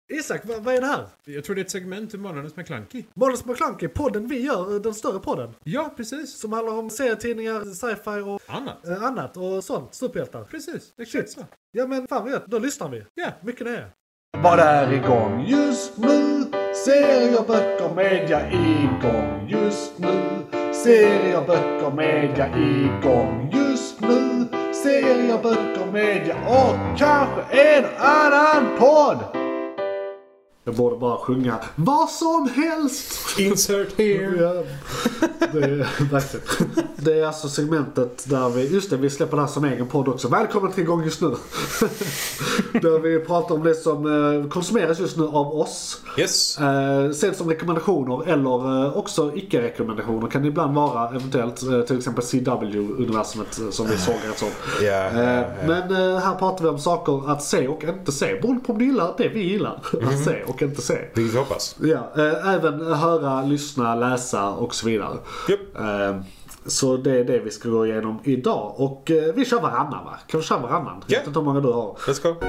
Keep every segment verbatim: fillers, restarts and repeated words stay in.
Isak, vad, vad är det här? Jag tror det är ett segment ur Månadens McKlunky. Månadens McKlunky, podden vi gör, den större podden. Ja, precis. Som handlar om serietidningar, sci-fi och annat, äh, annat och sånt. Superhjältar. Precis, exakt så. Ja men fan vad gött, då lyssnar vi. Ja, mycket det är. Vad är igång just nu? Serier, böcker, media igång just nu. Serier, böcker, media igång just nu. Serier, böcker, media och kanske en annan podd. Jag borde bara sjunga vad som helst. Insert here. Ja, det, är, verkligen. Det är alltså segmentet där vi, just det, vi släpper det här som egen podd också. Välkommen till igång just nu. Där vi pratar om det som konsumeras just nu av oss. Yes. Eh, sen som rekommendationer eller eh, också icke-rekommendationer kan det ibland vara eventuellt eh, till exempel C W-universumet som vi såg rätt som. Yeah, eh, yeah. Men eh, här pratar vi om saker att se och inte se. Beroende på om du gillar det vi gillar. Mm. Att se och inte se. Vi hoppas. Ja, eh, även höra, lyssna, läsa och så vidare. Yep. Eh, så det är det vi ska gå igenom idag. Och eh, vi kör varannan va? Kan vi köra varannan? Jag vet inte hur många du har. Let's go.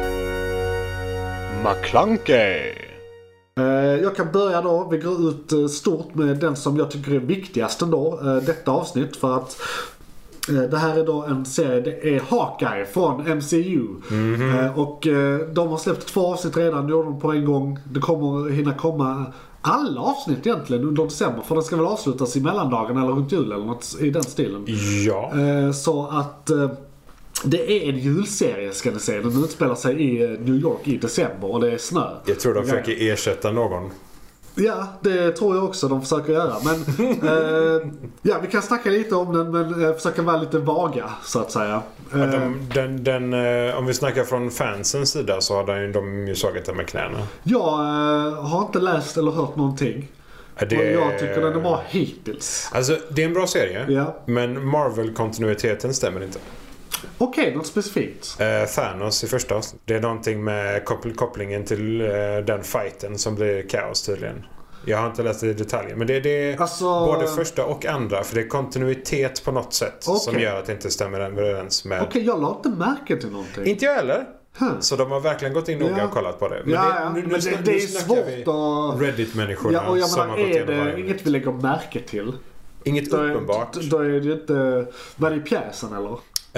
McKlunky. Jag kan börja då. Vi går ut stort med den som jag tycker är viktigast ändå. Detta avsnitt för att det här är då en serie, det är Hawkeye från M C U. Mm-hmm. Och de har släppt två avsnitt redan, nu gjorde de på en gång. Det kommer hinna komma alla avsnitt egentligen under december. För den ska väl avslutas i mellandagen eller runt jul eller något i den stilen. Ja. Så att det är en julserie ska ni se. Den utspelar sig i New York i december och det är snö. Jag tror de försöker ersätta någon. Ja, det tror jag också de försöker göra. Men eh, ja, vi kan snacka lite om den men eh, försöka vara lite vaga så att säga. Ja, de, den, den, eh, om vi snackar från fansens sida så har de, de ju slagit den med knäna. Jag eh, har inte läst eller hört någonting. Det... Och jag tycker den är bra hittills. Alltså, det är en bra serie. Ja. Men Marvel-kontinuiteten stämmer inte. Okej, okay, något specifikt. Uh, Thanos i första avsnitt. Det är någonting med koppl- kopplingen till uh, den fighten som blir kaos tydligen. Jag har inte läst det i detalj. Men det, det är alltså... både första och andra. För det är kontinuitet på något sätt. Okay. Som gör att det inte stämmer överens med... Okej, okay, jag la inte märke till någonting. Inte jag heller. Huh. Så de har verkligen gått in noga ja. och kollat på det. Men ja, det, nu, men nu, det, nu, det är nu svårt att... Reddit-människorna ja, och jag som menar, har gått är det igenom inget vi lägger märke till? Inget då uppenbart. Är, då är det ju inte... Var det i pjäsen eller?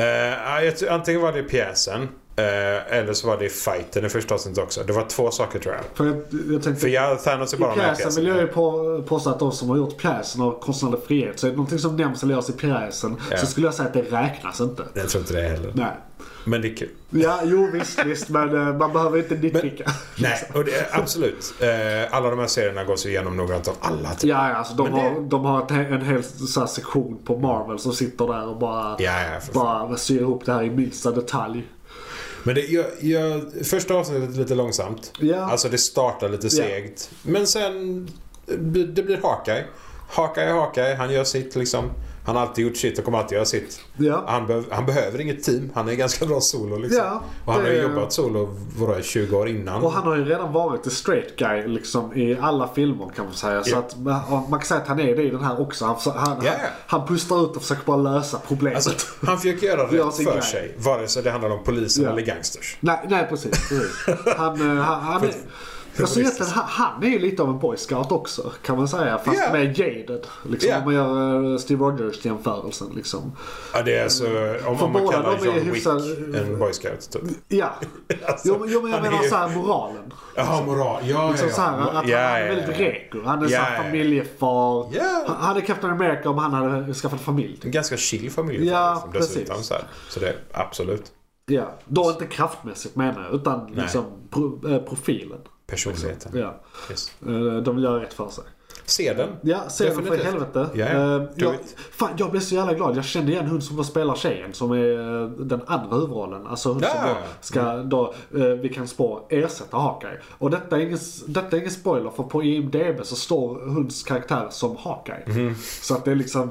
Uh, antingen var det i pjäsen uh, eller så var det i fighten i första avsnittet också. Det var två saker tror jag. För jag, jag tänkte, för jag, Thanos är bara i pjäsen, med pjäsen vill jag ju på, påstå att de som har gjort pjäsen har konstnärlig frihet. Så är det någonting som nämns eller görs i pjäsen ja. Så skulle jag säga att det räknas inte. Jag tror inte det heller. Nej. Men det är kul. Ja, jo visst, visst men uh, man behöver inte nitpicka. Nej, och det är, absolut. Uh, alla de här serierna går så igenom noggrant av alla. Typ. Ja, alltså de det... har, de har ett, en hel så här, sektion på Marvel som sitter där och bara, ja, ja, bara syr ihop det här i minsta detalj. Men det, jag, jag, första avsnittet är lite långsamt. Ja. Alltså det startar lite segt. Ja. Men sen det blir Hawkeye. Hawkeye är Hawkeye, han gör sitt liksom. Han har alltid gjort sitt och kommer alltid göra sitt. Ja. Han, be- han behöver inget team. Han är ganska bra solo liksom. Ja, och han det... har ju jobbat solo våra tjugo år innan. Och han har ju redan varit the straight guy liksom, i alla filmer kan man säga. Yeah. Så att man kan säga att han är det i den här också. Han, han, yeah. han, han pustar ut och försöker bara lösa problemet. Alltså, han försöker göra rätt för grej. sig. Vare sig det handlar om polisen yeah. eller gangsters. Nej, nej precis. precis. Han, han, han är... Alltså, egentligen, han är ju lite av en boy scout också kan man säga, fast yeah. med jaded liksom, yeah. om man gör uh, Steve Rogers jämförelsen liksom. Ja, det är alltså om, om man kallar John Wick hyfsad... en boy scout typ. Ja. alltså, jo, jo men jag menar är... så här moralen. Ja, moral. Ja, liksom ja, så här, att ja, han är ja, väldigt ja. reko. Han är ja, så här familjefar. Ja. Han hade Captain America om han hade skaffat familj. En ganska chill familj. Ja, liksom, precis. Så, här. Så det är absolut. Ja, då inte kraftmässigt menar jag, utan liksom pro, äh, profilen. Personligheten. Ja. Yes. De vill göra rätt för sig. Se den. Ja, se den för helvete. Yeah. Uh, jag, fan, jag blev så jävla glad. Jag kände igen hon som då spelar tjejen som är uh, den andra huvudrollen. Alltså hon yeah. som då ska då, uh, vi kan spå ersätta Hawkeye. Och detta är, ingen, detta är ingen spoiler för på I M D B så står hunds karaktär som Hawkeye. Mm. Så att det är liksom...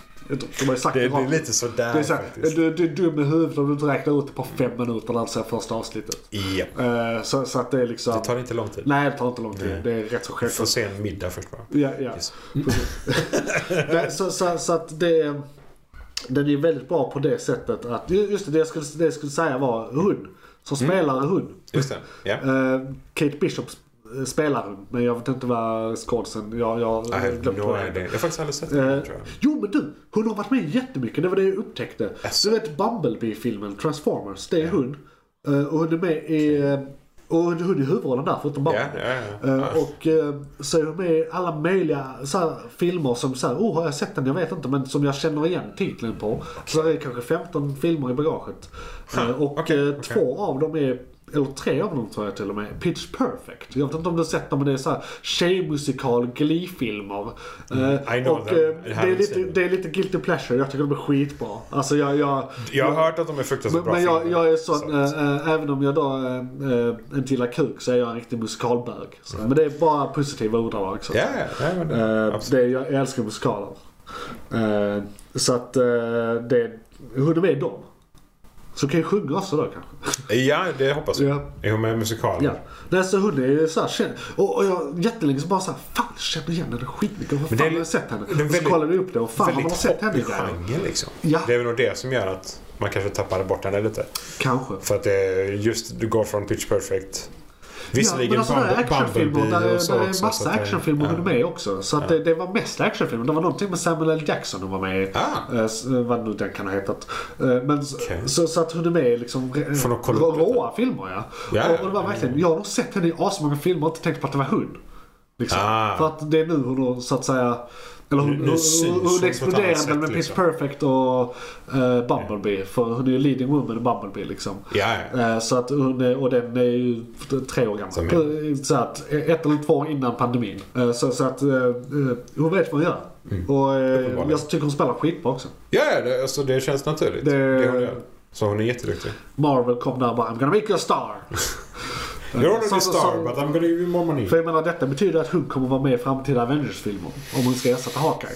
De har sagt det, det är lite sådär det är så här, du, du är dum i huvudet om du inte räknar ut det på fem minuter när du ser första avsnittet. Ja. Uh, så, så att det är liksom... Det tar inte lång tid. Nej, det tar inte lång tid. Nej. Det är rätt så självklart. Du får se en middag först bara. Ja, ja. Yes. Nej, så, så, så att det... Den är väldigt bra på det sättet att... Just det, det jag skulle, det jag skulle säga var hund. Som mm. spelar hund. Just det, ja. Uh, Kate Bishop spelar hon, men jag vet inte vad skådisen. Jag, jag, I have glömt no vad det är. idea. Jag har faktiskt aldrig sett den, Eh, tror jag. jo men du, hon har varit med jättemycket. Det var det jag upptäckte. Yes. Du vet Bumblebee-filmen Transformers, det är hon. Eh, och hon är med i... eh, och hon är i huvudrollen där förutom Ja, Bumblebee. ja, ja. Eh, och eh, så är hon med i alla möjliga så här, filmer som så här, oh har jag sett den? Jag vet inte, men som jag känner igen titeln på. Okay. Så det är kanske femton filmer i bagaget. Huh. Eh, och Okay, eh, okay. två av dem är, eller tre av dem tror jag till och med, Pitch Perfect. Jag vet inte om du har sett dem, men det är så här tjejmusikal, Glee-filmer. Mm, Eh, I know och them. eh, I det, är haven't lite, seen them. det är lite guilty pleasure. Jag tycker de är skitbra. Alltså jag... Jag, Jag har hört att de är fruktansvärt men, bra men jag, filmer. jag är sån, Så att- äh, även om jag då äh, inte gillar kuk så är jag en riktig musikalbög. Så, men det är bara positiva ordalag. Så, Ja, ja, men det, äh, absolut. det, jag älskar musikaler. Äh, så att äh, det, hon är med dem. Så kan jag sjunga också då kanske. Ja, det hoppas jag. Ja. Är hon med i musikalen? Ja. Nej, så hon är ju såhär känd. Och, och jag jättelänge så bara såhär, fan jag känner igen henne skitmycket. Vad fan det är- har jag sett henne? det är Och så väldigt- kollade jag upp det och fan har man Väldigt sett henne hoppig där? genre liksom. Ja. Det är väl nog det som gör att man kanske tappade bort henne lite. Kanske. För att det är just, du går från Pitch Perfect. Visserligen ja, men alltså det är actionfilmer, Bumblebee där, och så där är också, massa så att det- actionfilmer hon är ja. med också. Så att det, det var mest actionfilmer. Det var någonting med Samuel L. Jackson hon var med i. Ah. Eh, s- vad nu den kan ha hetat. Eh, Men s- Okej. så, så att hon är med i liksom re- Får nog kolla rå, upp detta. råa filmer ja. Ja, och, och det var verkligen, jag har nog sett henne i asmånga filmer och inte tänkt på att det var hon. Liksom. Ah. För att det är nu hon har så att säga, eller hon, Nu- nu hon, syns hon hon, på hon ett exploderar annat väl med sätt, Pitch liksom. Perfect och uh, Bumblebee. För hon är ju leading woman i Bumblebee liksom. Ja, ja. Eh, Så att hon är, och den är ju tre år gammal. Som Eh, Så att ett eller två år innan pandemin. Eh, Så, så att eh, eh, hon vet vad hon gör. Mm. Och eh, Uppenbarligen. jag tycker hon spelar skitbra också. Ja, ja, det, alltså, det känns naturligt. Det- Det, hon gör. Så hon är jätteduktig. Marvel kom där och bara I'm gonna make you a star. You're already Så- a så- star, så- but I'm gonna give you more money. För jag menar detta betyder att hon kommer vara med i framtida Avengers-filmer. Om hon ska ersätta Hawkeye.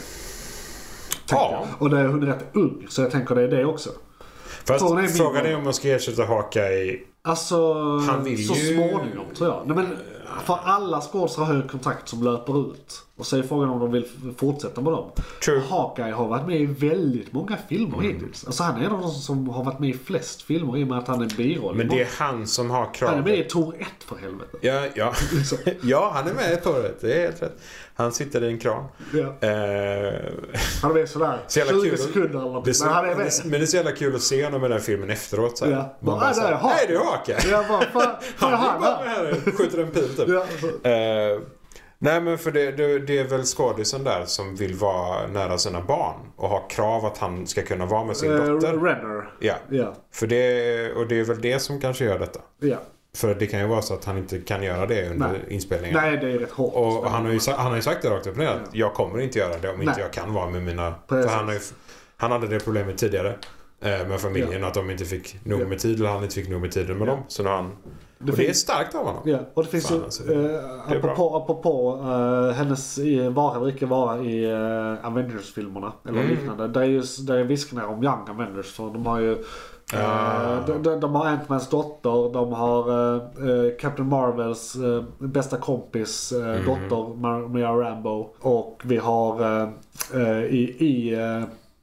Ja. Ja. Och det, hon är rätt ung. Så jag tänker det är det också. Fast Hon är min frågan roll. är om man ska ersätta Hawkeye. Alltså, Han vill så ju- småningom tror jag. Nej, men för alla skådespelare har ju kontrakt som löper ut. Och så är frågan om de vill fortsätta med dem. True. Hawkeye har varit med i väldigt många filmer Mm. hittills. Alltså han är en av de som har varit med i flest filmer i och med att han är biroll. Men det är han som har krav. Han är med i Tor ett för helvete. Ja, ja. Liksom. ja, han är med i torret. Det är helt rätt. Han sitter i en kran. Ja. Eh, Han är med sådär Så jävla tjugo kul. sekunder eller något. det är så, Men han är men med. det- men det är så jävla kul att se honom i den filmen efteråt. Så här. Ja. Man Bara, bara ah, så där är här, Hawkeye. nej, det är Hawkeye. Jag bara, fan, fan är Han är han bara med här? här och skjuter en pil typ. Ja, alltså. Eh, nej men för det, det, det är väl skådisen där som vill vara nära sina barn och ha krav att han ska kunna vara med sin Eh, dotter. Renner. Ja, Ja. för det, och det är väl det som kanske gör detta. Ja. För det kan ju vara så att han inte kan göra det under Nej. inspelningen. Nej, det är rätt hårt. Och han har, ju, sa- han har ju sagt det rakt upp och ner att jag kommer inte göra det om inte Nej. jag kan vara med mina... Precis. För han, har ju, han hade det problemet tidigare eh, med familjen, att de inte fick nog Ja. med tid eller han inte fick nog med tiden med Ja. dem. Så nu har han... Det och det är finns- starkt av honom. Ja, och det finns Fan, ju, alltså. eh, är bra. apropå, apropå uh, hennes uh, vara eller icke vara i uh, Avengers-filmerna eller Mm. liknande. Det är ju det är viskningar om Young Avengers för de har ju uh, Ah. de, de, de har Ant-Mans dotter, de har uh, uh, Captain Marvels uh, bästa kompis uh, Mhm. dotter Maria Rambo och vi har uh, uh, i, i uh,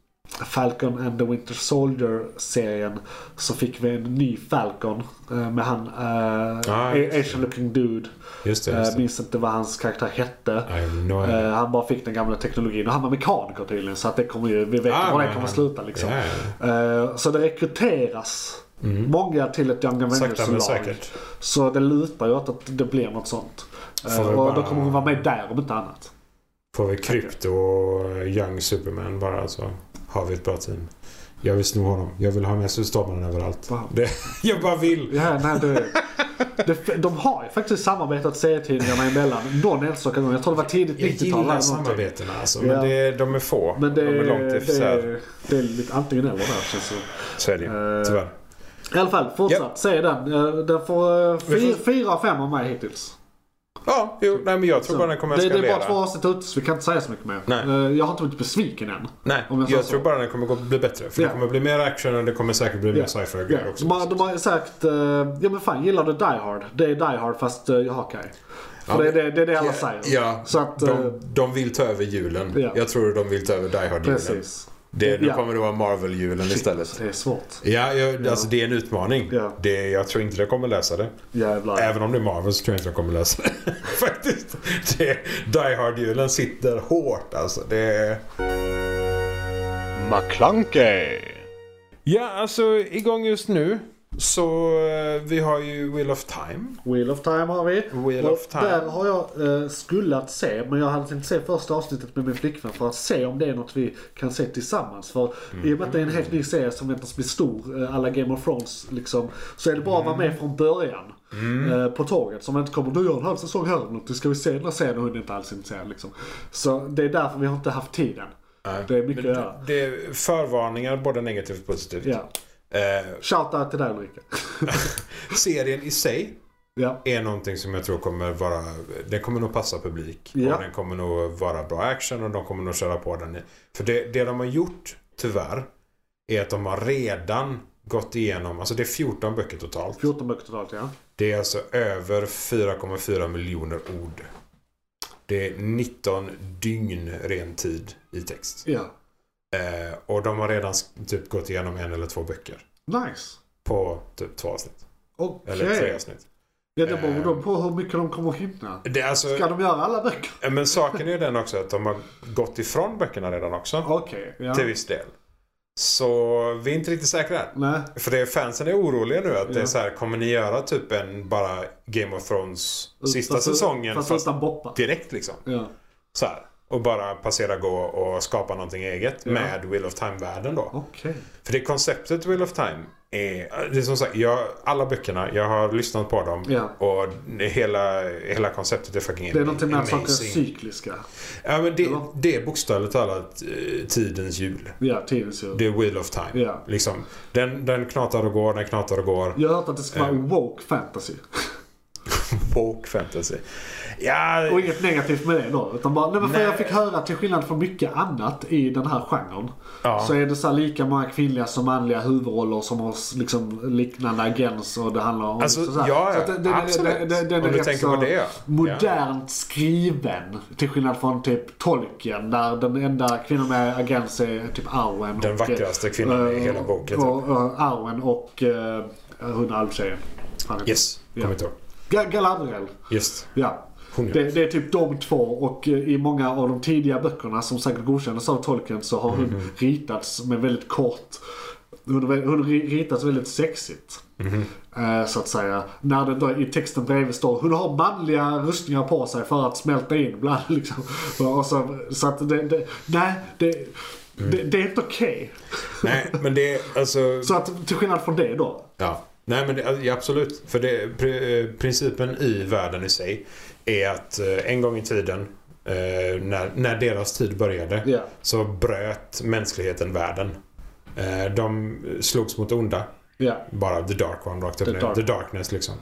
Falcon and the Winter Soldier-serien så fick vi en ny Falcon eh, med han eh, Ah, just det. Asian looking dude. Just det. Jag Just eh, det. minns inte vad hans karaktär hette. I have no idea. Eh, han bara fick den gamla teknologin och han var mekaniker tydligen så att det kommer ju, vi vet Ah, var det men kommer han- sluta liksom. Ja, ja. Eh, så det rekryteras Mm. många till ett Young Sakta men Avengers-lag. säkert. Så det lutar ju åt att det blir något sånt. Eh, Får vi och bara- då kommer hon vara med där om inte annat. Får vi Krypto och Young Superman bara så har vi ett bra team. Jag vill sno honom. Jag vill ha med sig Stormen överallt. Wow. Det, jag bara vill. Ja, nej, det, det, de har ju faktiskt samarbetat serietidningarna emellan någon enstaka gång. Jag tror det var tidigt Jag nittiotal. gillar eller någonting. samarbetena alltså. Ja. Men det, de är få. Men det, de är långt det, ifrån. det, det är lite antingen eller där känns det. Så är det ju, Eh, tyvärr. I alla fall, fortsatt. Yep. Se den. Eh, Den får eh, Vi fyra, får- fyra av fem av mig hittills. Ja, jo, nej, men jag tror Så, bara den kommer det, det är eskalera. bara två avsnitt ut så vi kan inte säga så mycket mer. Nej. Eh, Jag har inte blivit besviken än. Nej, Om jag jag, sa så. tror bara den kommer gå, bli bättre. För Ja. det kommer bli mer action och det kommer säkert bli mer Ja. sci-fi Ja, grejer också. de, har, de har sagt, eh, ja men fan gillar du Die Hard? Det är Die Hard fast uh, Hawkeye. För Ja, det, är det, det är det alla Ja, säger. ja, Så att, eh, de, de vill ta över julen. Ja. Jag tror de vill ta över Die Hard-julen. precis. Det, då Ja. kommer det vara Marvel-julen istället. Det är svårt. Ja, jag, alltså det är en utmaning. Ja. Det, jag tror inte de kommer lösa det. Jävlar. Även om det är Marvel så tror jag inte de kommer lösa det. Faktiskt. Det, Die Hard-julen sitter hårt alltså. Det är... McClunkey. Ja, alltså igång just nu. Så eh, vi har ju Wheel of Time. Wheel of Time har vi. Wheel och of Time. Där har jag eh, skullat se, men jag hade tänkt se första avsnittet med min flickvän för att se om det är något vi kan se tillsammans. För mm. i och med att det är en helt ny serie som väntas bli stor, eh, alla Game of Thrones liksom, så är det bra att vara med från början. Mm. Eh, på tåget. Som inte kommer, du gör en halv säsong här eller något, ska vi se den här serien och hon är inte alls intresserad liksom. Så det är därför vi har inte haft tiden. Nej. Det är mycket Men det, det är förvarningar, både negativt och positivt. Ja. Eh, Shoutout till dig Ulrika. serien i sig Ja. är någonting som jag tror kommer vara, den kommer nog passa publik. Ja. Och den kommer nog vara bra action och de kommer nog köra på den. För det, det de har gjort, tyvärr, är att de har redan gått igenom, alltså det är fjorton böcker totalt. fjorton böcker totalt, ja. Det är alltså över fyra komma fyra miljoner ord. Det är nitton dygn ren tid i text. Ja. Eh, och de har redan typ gått igenom en eller två böcker. Nice. På typ två avsnitt. Okej. Eller tre avsnitt. Ja, det beror då på hur mycket de kommer att hinna. Det, alltså, Ska de göra alla böcker? men saken är den också att de har gått ifrån böckerna redan också. Okej, ja. Till viss del. Så vi är inte riktigt säkra än. Nej. För det är, fansen är oroliga nu att Ja. det är så här, kommer ni göra typ en bara Game of Thrones sista Fast- säsongen Fast, fast utan boppar. direkt liksom. Ja. Så här. Och bara passera gå och skapa någonting eget Ja. med Wheel of Time-världen då. Okej. För det konceptet Wheel of Time är, det är som sagt, jag, alla böckerna, jag har lyssnat på dem Ja. och det, hela, hela konceptet är fucking Det är någonting med att saker är amazing. cykliska. Ja, men det, Eller? det är bokstavligt talat eh, tidens hjul. Ja, tidens ju. Det är Wheel of Time. Ja. Liksom, den, den knatar och går, den knatar och går. Jag har hört att det ska vara Mm. woke fantasy. Woke fantasy. Ja, Och inget negativt med det då. Utan bara, nej men för Nej. jag fick höra till skillnad från mycket annat i den här genren. Ja. Så är det så här lika många kvinnliga som manliga huvudroller som har liksom liknande agens och det handlar om... Alltså, så här. ja, Så att det- det- absolut. det- det- Den Om är du rätt tänker så på det, ja. modernt skriven. Till skillnad från typ Tolkien där den enda kvinnan med agens är typ Arwen. Den och, vackraste kvinnan i eh, hela boken, Och, och Arwen och uh, hon alvtjejen. Fan, heter- yes, Ja. kommer inte ihåg. Ga- Galadriel. Just. Ja. Hon är- Det, det är typ de två och eh, i många av de tidiga böckerna som säkert godkändes av Tolkien så har hon Mhm. ritats med väldigt kort. Hon har hon har ritats väldigt sexigt. Mhm. Eh, så att säga. När det då i texten bredvid står hon har manliga rustningar på sig för att smälta in bland liksom. Och så, så att det, det nej det, Mm. det, det är inte okej. Nej, men det är alltså... Så att till skillnad från det då. Ja. Nej, men det, ja, absolut. För det, pri- principen i världen i sig är att eh, en gång i tiden eh, när, när deras tid började Ja. så bröt mänskligheten världen. Eh, de slogs mot onda. Ja. Bara the dark one rakt upp The ner. dark. The darkness liksom.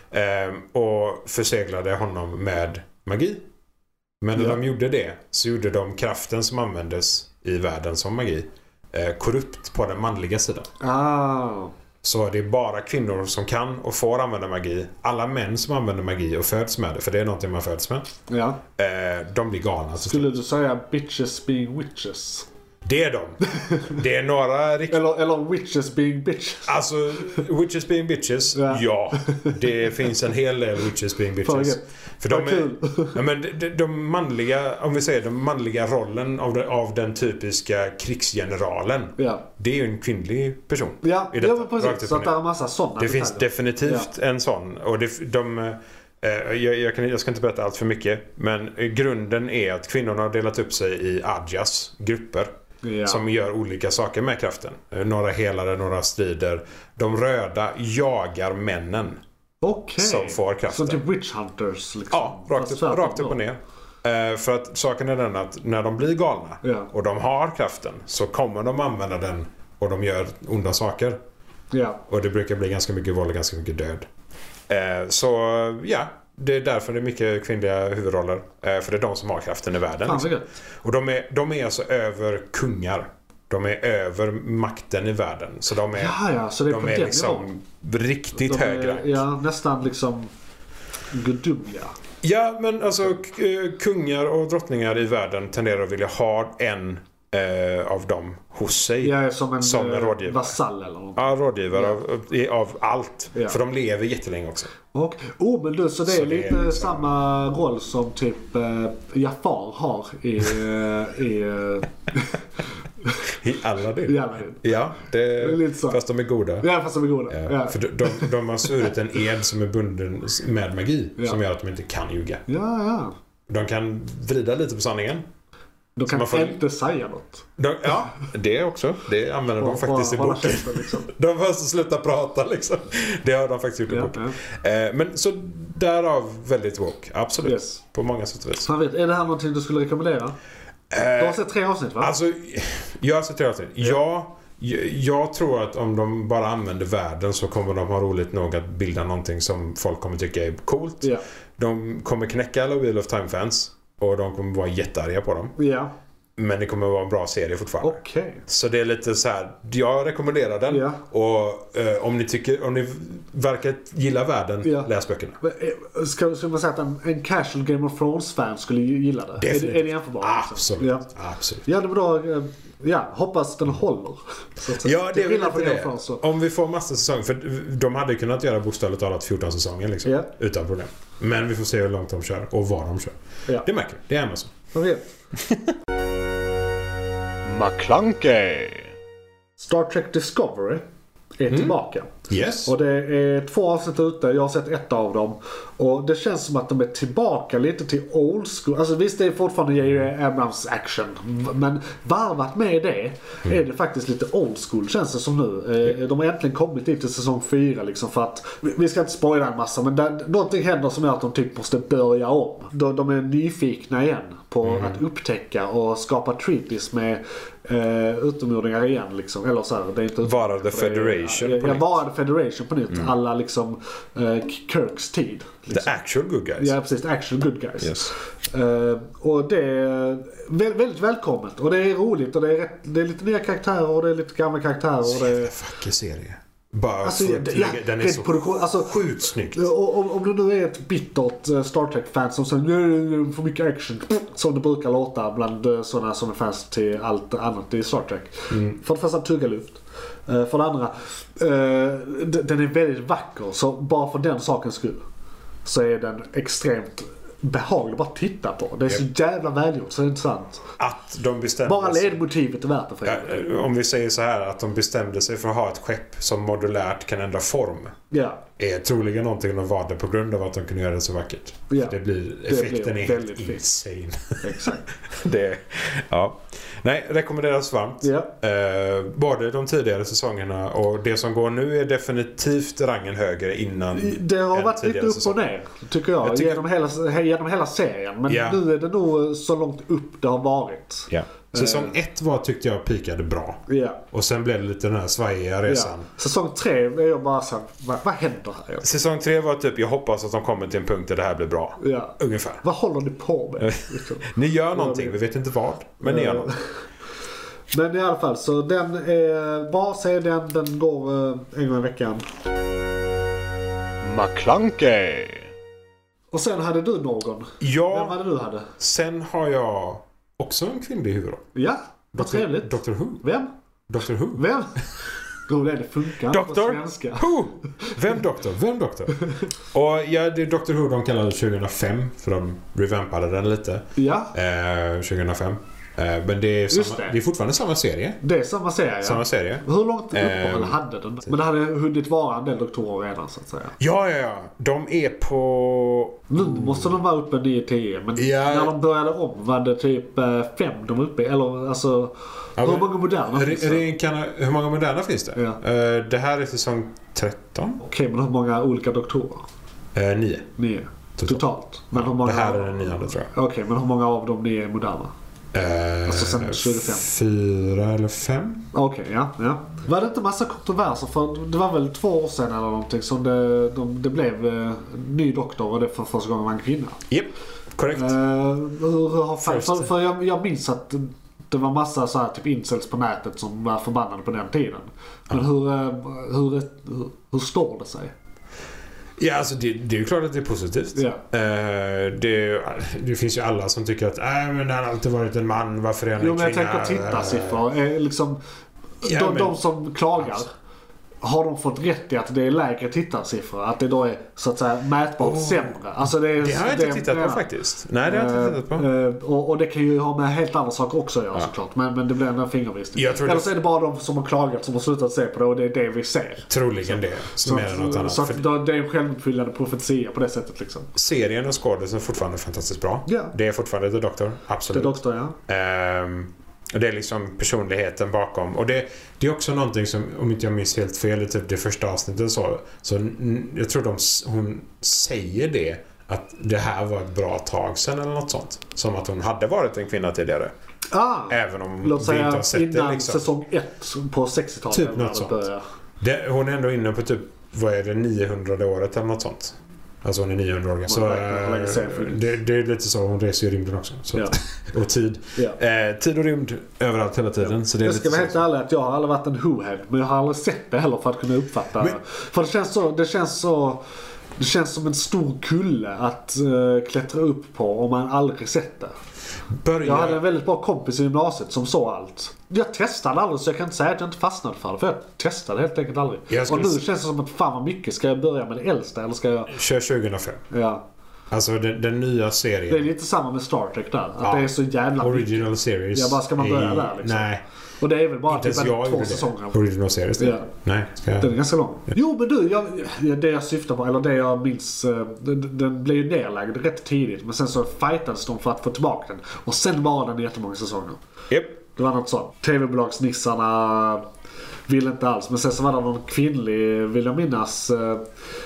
Eh, och förseglade honom med magi. Men när Ja. de gjorde det så gjorde de kraften som användes i världen som magi eh, korrupt på den manliga sidan. Ah. Så det är bara kvinnor som kan och får använda magi. Alla män som använder magi och föds med det, för det är någonting man föds med, Ja. eh, de blir galna. Skulle du säga bitches being witches? Det är de. Det är några riktigt... Eller, eller witches being bitches. Alltså, witches being bitches, Ja. ja. Det finns en hel del witches being bitches. För, För de Vad är, kul. ja, men de, de, de manliga, om vi säger den manliga rollen av, den- av den typiska krigsgeneralen, Ja, det är ju en kvinnlig person. ja, I detta, ja men rakt upp precis. och Så att ner. det är en massa sådana Det finns detaljer. definitivt en sån. Och det, de, eh, jag, jag, kan, jag ska inte berätta allt för mycket. Men eh, grunden är att kvinnorna har delat upp sig i adjas, grupper. Ja. Som gör olika saker med kraften. Eh, Några helare, några strider. De röda jagar männen Okej. som får kraften. Som typ witch hunters liksom. Ja, rakt Fast upp, tvärtom rakt upp då. och ner. Eh, för att saken är den att när de blir galna Ja. och de har kraften så kommer de använda den och de gör onda saker. Ja. Och det brukar bli ganska mycket våld och ganska mycket död. Eh, så ja, det är därför det är mycket kvinnliga huvudroller. Eh, för det är de som har kraften i världen. Fan så Liksom. gött. Och de är, de är alltså över kungar. De är över makten i världen. Så de är, Ja, ja, så det är på de är den liksom riktigt De är, hög rank. Ja, nästan liksom gudomliga. Ja, men alltså k- eh, kungar och drottningar i världen tenderar att vilja ha en eh, av dem hos sig. Ja, som en, som en rådgivare. vasall eller något. Ja, rådgivare Ja. Av, av allt. Ja. För de lever jättelänge också. Och, oh, men du, så det Så är det är lite liksom- samma roll som typ eh, Jafar har i... eh, i eh, I alla det. i Aladdin. Ja, det, Det är lite så. fast de är goda. Ja, fast de är goda. Ja, Ja, För de, de, de har svurit en ed som är bunden med magi. Ja. Som gör att de inte kan ljuga. ja. ja. De kan vrida lite på sanningen. De kan man får- inte säga något. De, ja, det också. Det använder de Och faktiskt i bara hålla boken. käften, liksom. De måste sluta prata liksom. Det har de faktiskt gjort i Ja, boken. Eh, men så därav väldigt woke. Absolut. Yes. På många sätt och vis. Han vet, är det här någonting du skulle rekommendera? Du har sett tre avsnitt, va? Alltså, jag har sett tre avsnitt. Ja, jag, jag tror att om de bara använder världen så kommer de ha roligt nog att bilda någonting som folk kommer tycka är coolt. Ja. De kommer knäcka alla Wheel of Time-fans. Och de kommer vara jättearga på dem. Ja. Men det kommer vara en bra serie fortfarande. Okej. Så det är lite så här. Jag rekommenderar den. Ja. Och eh, om ni tycker, om ni verkar gilla världen, Ja. läs böckerna. Men, eh, Ska, ska man säga att en, en casual Game of Thrones-fan skulle ju gilla det? Är det, Definitivt. är det jämförbart? liksom? Absolut. Ja. Absolut. Ja, det var då, eh, ja, hoppas den håller. Så att, Ja, det är till väl skillnad från lite Game of det. Thrones, så. Om vi får massor säsonger. För de hade kunnat göra bokstavligt talat fjorton säsonger liksom. Ja. Utan problem. Men vi får se hur långt de kör och vad de kör. Ja. Det märker vi. Det är Amazon. Jag vet. McClunkey. Star Trek Discovery är Mm. tillbaka. Yes. Och det är två avsnitt ute, jag har sett ett av dem. Och det känns som att de är tillbaka lite till old school. Alltså visst, det är fortfarande J J Abrams action. Men varvat med det Mm. är det faktiskt lite old school, känns det som nu. Eh, De har äntligen kommit dit till säsong fyra liksom, för att, vi- vi ska inte spoila en massa, men där, någonting händer som gör att de typ måste börja om. De, de är nyfikna igen på Mm. att upptäcka och skapa treaties med eh, utomjordingar igen liksom. Eller så här, det är inte Vara The för det är- Federation Ja, på ja, nytt. vara The Federation på nytt. Alla liksom eh, Kirks tid. The Liksom. actual good guys. Ja, precis. The actual good guys. Yes. Eh, och det är vä- väldigt välkommet. Och det är roligt och det är, rätt, det är lite nya karaktärer och det är lite gamla karaktärer. Och det är, Jävla fucking serie. Bara alltså, för ja, att ja, lägga- den är rent så produktion, alltså, sjukt snyggt. och, om, om du nu är ett bittert eh, Star Trek-fan som säger "Nej, för mycket action", som det brukar låta bland eh, sådana som är fans till allt annat i Star Trek. Mm. För det första tugga luft. Eh, för det andra, eh, d- den är väldigt vacker. Så bara för den sakens skull så är den extremt behaglig att bara titta på. Det är så jävla välgjort så det är inte sant. Att de bestämde Bara sig- ledmotivet är värt det för Ja, er. om vi säger så här att de bestämde sig för att ha ett skepp som modulärt kan ändra form. Ja. Är troligen någonting de valde på grund av att de kunde göra det så vackert. Ja. Det blir, Det effekten blir är väldigt helt fint. insane. Exakt. det, ja. Nej, rekommenderas varmt. Ja. Eh, både de tidigare säsongerna och det som går nu är definitivt rangen högre innan Det har en varit lite tidigare upp säsong. och ner, tycker jag, Jag tycker- genom, hela, he- genom hela serien. Men Ja. nu är det nog så långt upp det har varit. Ja. Säsong ett var, tyckte jag, pikade bra. Ja. Och sen blev det lite den här svajiga resan. Ja. Säsong tre är jag bara såhär, vad, vad händer här? Säsong tre var typ, jag hoppas att de kommer till en punkt där det här blir bra. Ja. Ungefär. Vad håller ni på med? Liksom. Ni gör någonting, vi vet inte vad. Men ni gör Eh, något. Men i alla fall, så den är bra, se den, den går eh, en gång i veckan. McClunkey. Och sen hade du någon. Vem Ja, hade du hade? sen har jag också en kvinnlig huvudroll. Ja, vad trevligt. Doctor Who. Vem? Doctor Who. Vem? Jo, det, det funkar inte på Doktor svenska. Who! Vem Doktor? Vem Doktor? Och ja, det är Doctor Who de kallade tjugohundrafem, för de revampade den lite. Ja, Eh, tjugohundrafem. Eh, men det är, Just samma, det. det är fortfarande samma serie. det är samma serie. Samma serie. Hur långt uppehåll Ehm, hade den? Men det hade hunnit vara en del doktorer redan, så att säga. Ja, ja, ja. De är på... Nu måste de vara uppe nio tio, men Ja. när de började om var det typ eh, fem de var uppe i. Eller alltså, Ja, hur men- många moderna finns Re- det? reinkana- hur många moderna finns det? Ja. Eh, det här är säsong tretton. Okej, men hur många olika doktorer? Eh, nio. Nio. Totalt. Men hur många... Det här är den nionde, tror jag. Okej, men hur många av dem nio är moderna? Eh, Alltså sen tjugofem. Fyra eller fem? Okej, ja, ja. Var det inte massa kontroverser? För det var väl två år sedan eller någonting som det, de, det blev eh, ny doktor och det för första gången var en kvinna. Japp, korrekt. Eh, hur, hur har, för, First. för jag, jag minns att det var massa så här, typ incels på nätet som var förbannade på den tiden. Men hur, eh, hur, hur, hur står det sig? Ja, alltså det, det är ju klart att det är positivt. Ja. Uh, det, det finns ju alla som tycker att äh, men han har alltid varit en man, varför är han en Jo, men kvinna? jag tänker tittarsiffror. Eh, liksom, Ja, de, men- de som klagar, har de fått rätt i att det är lägre tittarsiffror? Att det då är så att säga mätbart Oh. sämre? Alltså det, är, Det har jag inte det- tittat på det- faktiskt. Nej, det har jag inte tittat på. Eh, och, och det kan ju ha med helt andra saker också att göra såklart. Men, men det blir en fingervisning. Jag tror Eller det- så är det bara de som har klagat som har slutat se på det och det är det vi ser. Troligen det, som Så, är något att, annat. så För att då, det är en självuppfyllande profetia på det sättet liksom. serien och skådespelaren är fortfarande fantastiskt bra. Ja. Det är fortfarande The Doctor, Det absolut. är doktor, ja. Ehm, och det är liksom personligheten bakom. Och det, det är också någonting som, om inte jag minns helt fel, i typ det första avsnittet så, så n- jag tror de, s- hon säger det, att det här var ett bra tag sedan eller något sånt. Som att hon hade varit en kvinna tidigare. Ah, Även om låt vi säga inte har sett innan det liksom. säsong ett på sextiotalet. Typ när något det sånt. börjar. Det, hon är ändå inne på typ, vad är det, niohundrade året eller något sånt. Alltså hon är niohundra år gammal. Så räknar hur länge sen för eh, det. det, det är lite så, hon reser i rymden också. Så Ja. att, och tid. Ja. Eh, tid och rymd överallt hela tiden. Så det är Jag ska lite vara så. helt ärlig att jag har aldrig varit en who-head, men jag har aldrig sett det heller för att kunna uppfatta. Men- För det känns så, det känns så, det känns som en stor kulle att uh, klättra upp på om man aldrig sett det. Börja... Jag hade en väldigt bra kompis i gymnasiet som såg allt. Jag testade aldrig så jag kan inte säga att jag inte fastnade för det. För jag testade helt enkelt aldrig. Jag Och skulle nu s- känns det som att fan vad mycket. Ska jag börja med det äldsta eller ska jag... Kör tjugohundrafem. Ja. Alltså den, den nya serien. Det är lite samma med Star Trek där. Att Ja. det är så jävla mycket. Original series. Ja, bara ska man börja är- där liksom? Nej, Och det är väl bara inte typ ens jag två gjorde säsonger. det. Original series. det. Ja. Nej, ska jag... Den är ganska lång. Jo men du, jag, det jag syftar på, eller det jag minns, eh, den, den blev ju nedlagd rätt tidigt. Men sen så fightades de för att få tillbaka den. Och sen var den jättemånga säsonger. Japp. Det var något sånt. T V-bolagsnissarna ville inte alls. Men sen så var det någon kvinnlig, vill jag minnas, eh,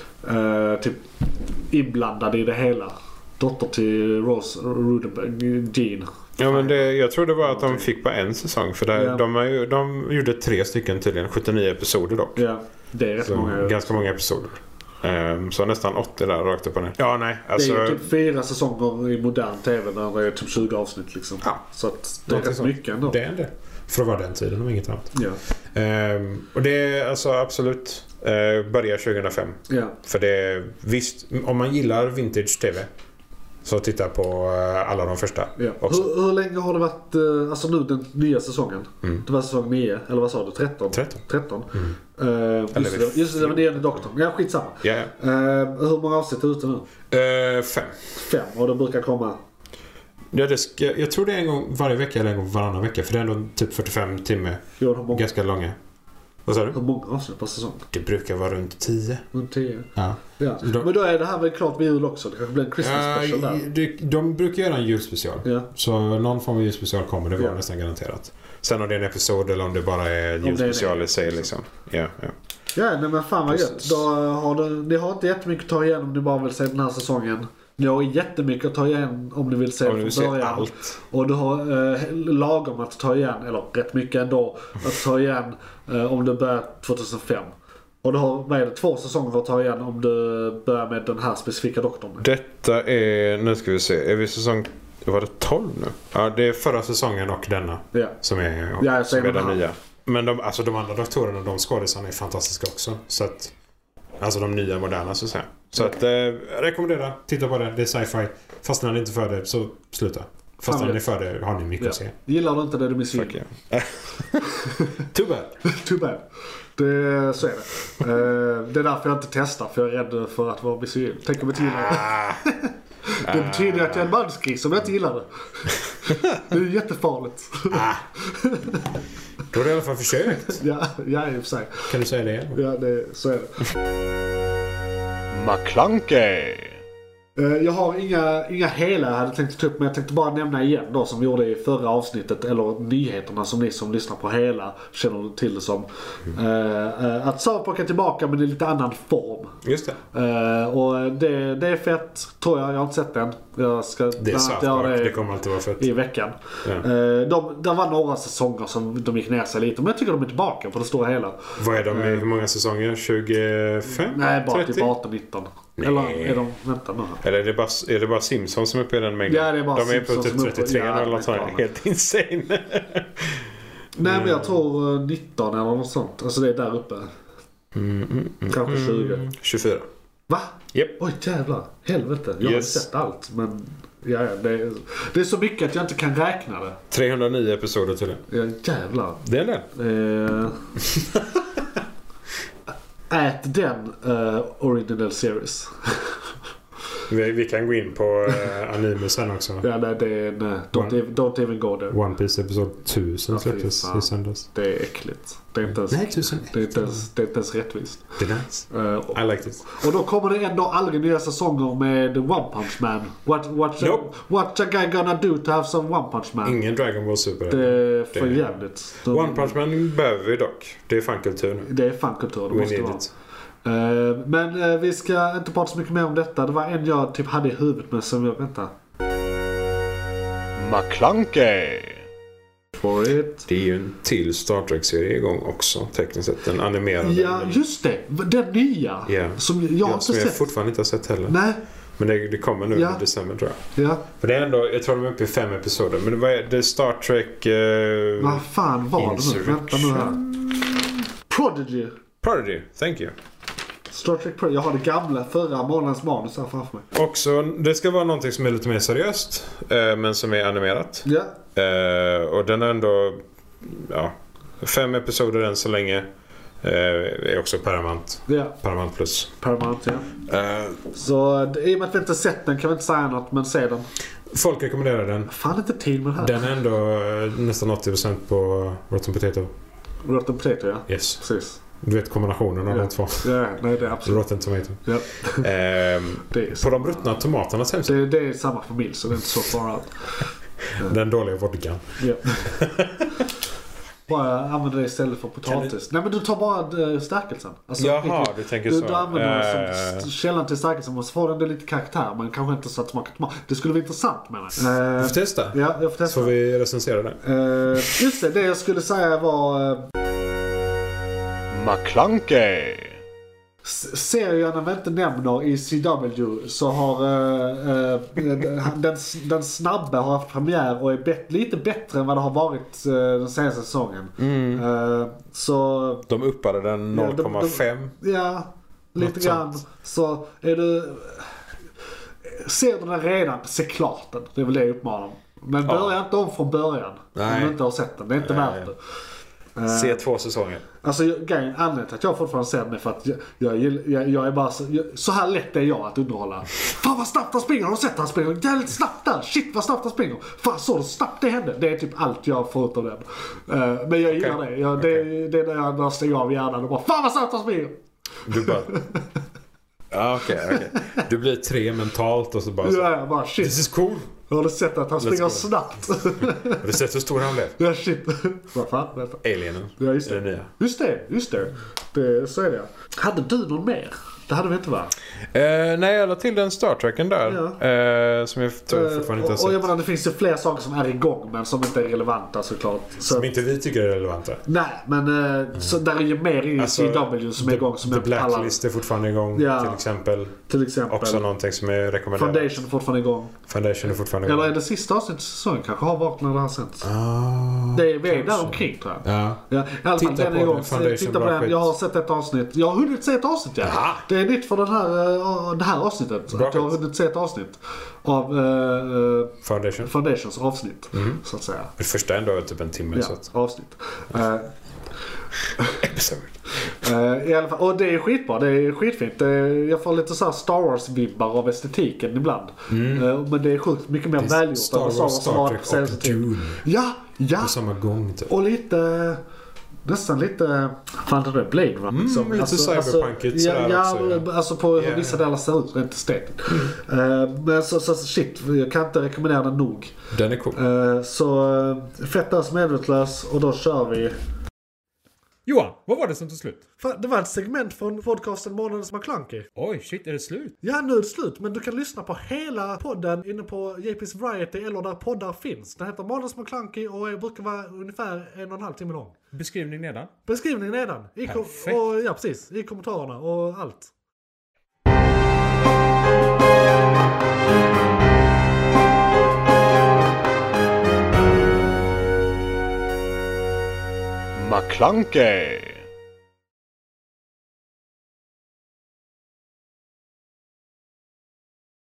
eh, typ inblandad i det hela. Dotter till Rose Rudenberg, Jean. Ja, men det, jag tror det var att de fick bara en säsong. För där, Ja. de, har ju, de gjorde tre stycken tydligen. sjuttionio episoder dock. Ja, det är rätt Så, många. ganska många episoder. Um, så nästan åttio där rakt upp och ner. Ja, nej. Alltså, Det är ju typ fyra säsonger i modern T V där det är typ tjugo avsnitt liksom. Ja. Så att det är Någonting rätt sånt. mycket ändå. det är det. För att vara den tiden och inget annat. Ja. Um, och det är alltså absolut uh, börja tjugohundrafem. Ja. För det är visst, om man gillar vintage tv så titta på uh, alla de första Ja. också. Hur, hur länge har det varit, eh, alltså nu den nya säsongen? Mm. Det var säsong nio, eller vad sa du? tretton? tretton. tretton. Mm. Eh, just, Eller det, just det, det var nionde doktorn. Ja, skitsamma. Ja, ja. Eh, hur många avsnitt är ute nu? Uh, fem. Fem, och de brukar komma. Ja, det ska, jag tror det är en gång varje vecka eller en gång varannan vecka. För det är ändå typ fyrtiofem timmar. Jo, hur många, Ganska långa. Vad sa du? hur många avsnitt per säsong? Det brukar vara runt tio. Runt tio. Ja. Ja. De- Men då är det här väl klart vid jul också. Det kanske blir en Christmas special Uh, där. de, de brukar göra en julspecial. Ja. Så någon form av julspecial kommer det vara Ja. nästan garanterat. Sen om det är en episod eller om det bara är det är julspecial det, i sig liksom. Ja, ja. Ja, nej, men fan vad gött. Precis. Då har du, ni har inte jättemycket att ta igen om ni bara vill se den här säsongen. Ni har jättemycket att ta igen om ni vill se Om du vill från se början. allt. Och du har eh, lagom att ta igen, eller rätt mycket ändå, att ta igen eh, om du börjar tjugohundrafem. Och du har, vad är det, två säsonger att ta igen om du börjar med den här specifika doktorn. Detta är, nu ska vi se, är vi säsong, var det tolv nu? Ja, det är förra säsongen och denna Ja. som är, Ja, jag som säger är den den här. nya. Men de, alltså de andra doktorerna, de skådespelarna är fantastiska också. Så att, alltså de nya, moderna så att säga. Så att, eh, rekommendera, titta på det, det är sci-fi. Fastnar ni inte för det, så sluta. Fastnar Fan, ni för det, har ni mycket Ja. att se. Gillar du inte det du missar? Fuck yeah. Too bad. Too bad. Det, så är det. Eh, det är därför jag inte testar, för jag är rädd för att vara besviken. Tänk om jag inte gillar det. Ah, Det betyder att jag är en mansgris om jag inte gillar det. Det är jättefarligt. ah. Då har du i alla fall försökt. Ja, ja, i och för sig. Kan du säga det igen? Ja, det, så är det. McClunkey. Eh, Jag har inga, inga hela jag hade tänkt ta upp, men jag tänkte bara nämna igen då som vi gjorde i förra avsnittet, eller nyheterna som ni som lyssnar på hela känner till det som. Eh, eh, att South Park är tillbaka men i lite annan form. Just det. Eh, och det, det är fett, tror jag. Jag har inte sett den. Jag ska Det är bland annat South göra Park, det det kommer alltid vara fett. i veckan. Ja. Eh, de, det var några säsonger som de gick ner sig lite, men jag tycker de är tillbaka på det stora hela. Vad är de i, hur många säsonger? tjugofem? Nej, bara trettio? typ arton nitton. Nej. Eller är de, vänta nu här. Eller är det bara, är det bara Simpsons som är uppe i den mängden? Ja, det är bara de är på Simpsons typ som är uppe- trettiotre ja, eller något sånt. det är Helt insane. Nej, men jag tror eh, nitton eller något sånt. Alltså det är där uppe. Mm, mm, mm, Kanske tjugo. tjugofyra. Va? Japp. Oj jävlar, helvete. Jag Yes. har sett allt, men ja, ja, det, är, det är så mycket att jag inte kan räkna det. trehundranio episoder till det. Ja, jävlar. Det är det. Eh, ät den uh, original series. Vi, vi kan gå in på uh, anime sen också. Ja, nej, det är en, uh, don't, One- even, don't even go there. One Piece episod tusen Ja, fy släpptes fan. i söndags. Det är äckligt. Det är inte ens, Nej, tusen ett. det är inte ens, det är inte ens rättvist. Det är nice. Uh, och, I liked it. och då kommer det ändå aldrig nya säsonger med One Punch Man. What, what, Nope. What's a guy gonna do to have some One Punch Man? Ingen Dragon Ball Super. Det är för Det- jävligt. De- One Punch Man behöver vi dock. Det är fan kultur nu. Det är fankultur, det We måste need vara. it. Eh, men eh, vi ska inte prata så mycket mer om detta. Det var en jag typ hade i huvudet med som jag väntar. McClunkey. For it. Det är ju en till Star Trek-serie igång också, tekniskt sett. Den animerade. Ja, just det. Den nya. Ja. Som jag har Ja, inte som jag sett. fortfarande inte har sett heller. Nej. Men det, det kommer nu Ja. i december tror jag. Ja. För det är ändå, jag tror de är uppe i fem episoder. Men det, var, det är Star Trek... Eh, Vad fan var det nu? Vänta nu här. Prodigy. Prodigy, thank you. Star Trek Prodigy. Jag har det gamla förra månadens manus här framför mig. Också, det ska vara någonting som är lite mer seriöst. Eh, men som är animerat. Ja. Eh, och den är ändå... Ja, fem episoder än så länge. Eh, är också Paramount. Ja. Paramount plus. Paramount, ja. Eh, Så d- i och med att vi inte sett den kan vi inte säga något, men se den. folk rekommenderar den. Fan inte tid med det här. Den är ändå eh, nästan åttio procent på Rotten Potato. Rotten Potato, ja. Yes. Precis. Du vet kombinationen av Ja. de två. Ja, nej det är absolut. Rotten Tomato. Ja. Ehm, Det är, så. på de ruttna tomaternas hemsida. Det, det är samma familj så det är inte så far out. Den dåliga vodkan. Ja. Bara använder det istället för potatis. Nej men du tar bara äh, stärkelsen. Alltså, Jaha, riktigt- du tänker du, så. du använder det som Eh. st- källan till stärkelsen. Man får ändå lite karaktär men kanske inte så att smakar tomat. Det skulle vara intressant med det. Vi Uh, får testa. ja, jag får Så testa. får vi recensera det. Uh, just det, det jag skulle säga var... Uh, McClunkey. serien vi inte nämner i C W så har uh, uh, den, den snabba har haft premiär och är bet- lite bättre än vad det har varit uh, den senaste säsongen. Mm. Uh, så De uppade den Ja, noll de- komma de- fem. ja, lite Något grann. sånt. Så är du... Ser du den redan, se klart den. Det är väl det jag uppmanar. Men Ja. börja inte om från början. Nej. Om du inte har sett den. Det är inte Nej. värt det. Uh, Se två säsonger. Alltså jag- grejen, anledningen till att jag fortfarande ser den är för att jag, jag, gill- jag, jag är bara så, jag, så här lätt är jag att underhålla. Fan vad snabbt han springer, har du sett han springer? Det är lite snabbt där, shit vad snabbt han springer. Fan så du snabbt det hände? Det är typ allt jag får ut av den. Uh, men jag gillar Okej. det. Jag, det, det är när jag när jag stänger av hjärnan och bara fan vad snabbt han springer. Du bara... Ja, okej, okej. Du blir tre mentalt och så bara så. Ja, jag bara shit. This is cool. Har du sett att han springer go. snabbt? Har du sett hur stor han blev? Ja shit. Vad fan, vänta. Alienen. Ja just Är det det. nya? Just det, just det. det. Så är det. Hade du någon mer? Det hade vi inte va? Eh, nej, jag la till den Star Treken där. Eh, som jag tror Eh, fortfarande inte har och, och jag sett. menar det finns ju fler saker som är igång men som inte är relevanta såklart. Så, Som inte vi tycker är relevanta. nej men eh, så där är ju mer i Alltså, C W som är igång som The jag pallar. Blacklist är fortfarande igång Ja. till exempel. Till exempel. Också någonting som är rekommenderat. Foundation är fortfarande igång. Foundation är fortfarande igång. Eller är det sista avsnittet säsongen kanske har varit när det har sänts. Ah, Det är, vi är där kanske. omkring tror jag. Ja. Ja, i alla fall Titta den är på igång. den, Foundation, Titta på bra den. skit. Jag har sett ett avsnitt. Jag har hunnit se ett avsnitt ja. Jaha. Det är nytt för den här, uh, det här avsnittet. Bra att jag har skit. hunnit se ett avsnitt av uh, Foundation. Foundations avsnitt. Mm. Så att säga. Det första ändå är typ en timme. Ja, Så att... avsnitt. Uh, Episode. uh, I alla fall, och det är skitbra, det är skitfint. Det är, jag får lite så här Star Wars-vibbar av estetiken ibland. Mm. Uh, men det är sjukt mycket mer välgjort Star än vad Wars, som har Star varit på Trek senaste och tiden. Dune Ja, ja. på samma gång typ. Och lite... Nästan lite... Fan det är Blade Runner. Mm, liksom. lite cyberpunkigt ja, sådär ja, också, alltså på hur Yeah. vissa delar ser ut rent estetiskt. Uh, men så, så shit, jag kan inte rekommendera den nog. Den är cool. Uh, så uh, fettas medvetlös och då kör vi. Johan, vad var det som tog slut? Fan, det var ett segment från podcasten Månadens McClunky. Oj, shit, är det slut? Ja, nu är det slut. Men du kan lyssna på hela podden inne på J P's Variety eller där poddar finns. Den heter Månadens McClunky och brukar vara ungefär en och en halv timme lång. Beskrivning nedan. Beskrivningen nedan. I kom- Perfekt. och, ja, precis. I kommentarerna och allt. McClunkey.